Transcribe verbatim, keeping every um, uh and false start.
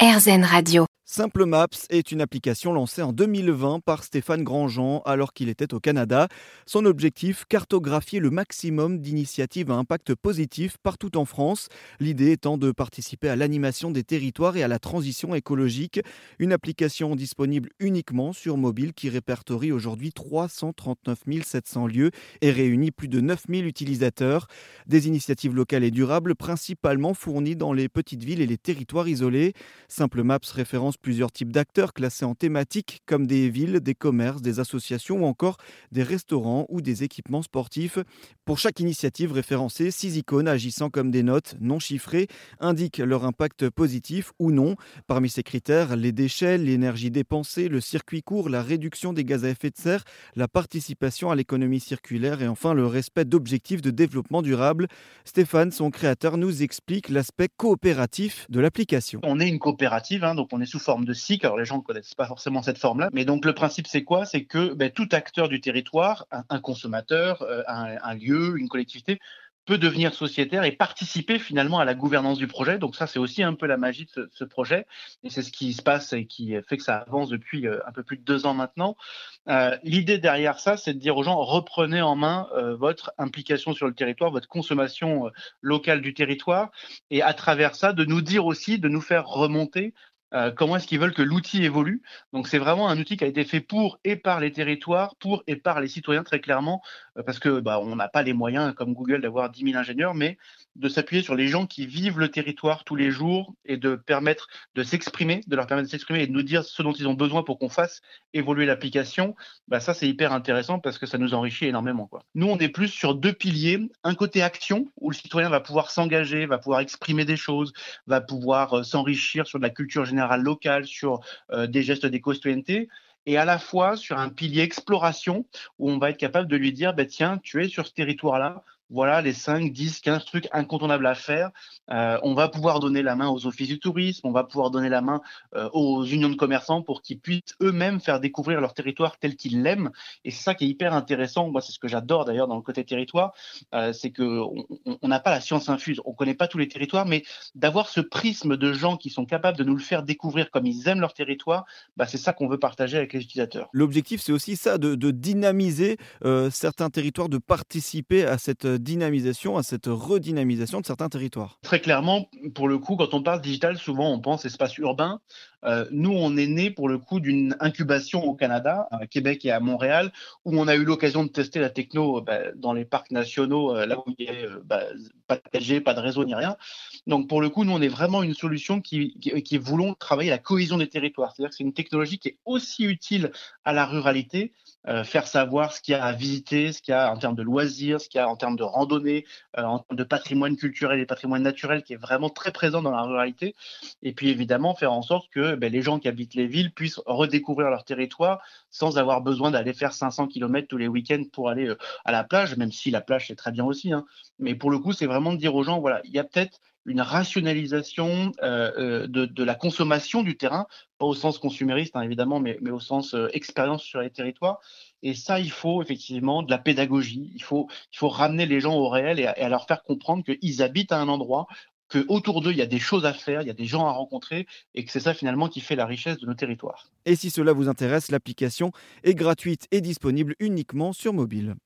AirZen Radio. Simple Maps est une application lancée en deux mille vingt par Stéphane Grandjean alors qu'il était au Canada. Son objectif, cartographier le maximum d'initiatives à impact positif partout en France. L'idée étant de participer à l'animation des territoires et à la transition écologique. Une application disponible uniquement sur mobile qui répertorie aujourd'hui trois cent trente-neuf mille sept cents lieux et réunit plus de neuf mille utilisateurs. Des initiatives locales et durables principalement fournies dans les petites villes et les territoires isolés. Simple Maps référence plusieurs types d'acteurs classés en thématiques comme des villes, des commerces, des associations ou encore des restaurants ou des équipements sportifs. Pour chaque initiative référencée, six icônes agissant comme des notes non chiffrées indiquent leur impact positif ou non. Parmi ces critères, les déchets, l'énergie dépensée, le circuit court, la réduction des gaz à effet de serre, la participation à l'économie circulaire et enfin le respect d'objectifs de développement durable. Stéphane, son créateur, nous explique l'aspect coopératif de l'application. On est une coopérative, hein, donc on est sous forme de S I C. Alors les gens ne connaissent pas forcément cette forme-là, mais donc le principe c'est quoi? C'est que ben, tout acteur du territoire, un, un consommateur, euh, un, un lieu, une collectivité, peut devenir sociétaire et participer finalement à la gouvernance du projet. Donc ça, c'est aussi un peu la magie de ce, ce projet. Et c'est ce qui se passe et qui fait que ça avance depuis euh, un peu plus de deux ans maintenant. Euh, l'idée derrière ça, c'est de dire aux gens, reprenez en main euh, votre implication sur le territoire, votre consommation euh, locale du territoire. Et à travers ça, de nous dire aussi, de nous faire remonter Euh, comment est-ce qu'ils veulent que l'outil évolue. Donc c'est vraiment un outil qui a été fait pour et par les territoires, pour et par les citoyens très clairement, euh, parce que bah, on n'a pas les moyens comme Google d'avoir dix mille ingénieurs, mais de s'appuyer sur les gens qui vivent le territoire tous les jours et de permettre de s'exprimer, de leur permettre de s'exprimer et de nous dire ce dont ils ont besoin pour qu'on fasse évoluer l'application. Bah, ça c'est hyper intéressant parce que ça nous enrichit énormément, quoi. Nous on est plus sur deux piliers, un côté action où le citoyen va pouvoir s'engager, va pouvoir exprimer des choses, va pouvoir euh, s'enrichir sur de la culture générale locale, sur euh, des gestes d'éco-citoyenneté, et à la fois sur un pilier exploration où on va être capable de lui dire bah, tiens, tu es sur ce territoire-là, voilà les cinq, dix, quinze trucs incontournables à faire. Euh, on va pouvoir donner la main aux offices du tourisme, on va pouvoir donner la main euh, aux unions de commerçants pour qu'ils puissent eux-mêmes faire découvrir leur territoire tel qu'ils l'aiment. Et c'est ça qui est hyper intéressant. Moi, c'est ce que j'adore d'ailleurs dans le côté territoire, euh, c'est qu'on n'a pas la science infuse, on ne connaît pas tous les territoires, mais d'avoir ce prisme de gens qui sont capables de nous le faire découvrir comme ils aiment leur territoire, bah, c'est ça qu'on veut partager avec les utilisateurs. L'objectif, c'est aussi ça, de, de dynamiser euh, certains territoires, de participer à cette dynamisation, à cette redynamisation de certains territoires. Très clairement, pour le coup, quand on parle digital, souvent on pense espace urbain. Euh, nous, on est né pour le coup d'une incubation au Canada, à Québec et à Montréal, où on a eu l'occasion de tester la techno bah, dans les parcs nationaux, euh, là où il y a euh, bah, pas de quatre G, pas de réseau ni rien. Donc pour le coup, nous, on est vraiment une solution qui, qui, qui voulons travailler la cohésion des territoires. C'est-à-dire que c'est une technologie qui est aussi utile à la ruralité, euh, faire savoir ce qu'il y a à visiter, ce qu'il y a en termes de loisirs, ce qu'il y a en termes de randonnée, euh, en termes de patrimoine culturel et patrimoine naturel qui est vraiment très présent dans la ruralité. Et puis évidemment, faire en sorte que ben, les gens qui habitent les villes puissent redécouvrir leur territoire sans avoir besoin d'aller faire cinq cents kilomètres tous les week-ends pour aller euh, à la plage, même si la plage c'est très bien aussi, hein. Mais pour le coup, c'est vraiment de dire aux gens, voilà, il y a peut-être une rationalisation euh, de, de la consommation du terrain, pas au sens consumériste hein, évidemment, mais, mais au sens euh, expérience sur les territoires. Et ça, il faut effectivement de la pédagogie, il faut, il faut ramener les gens au réel et à, et à leur faire comprendre qu'ils habitent à un endroit, qu'autour d'eux, il y a des choses à faire, il y a des gens à rencontrer et que c'est ça finalement qui fait la richesse de nos territoires. Et si cela vous intéresse, l'application est gratuite et disponible uniquement sur mobile.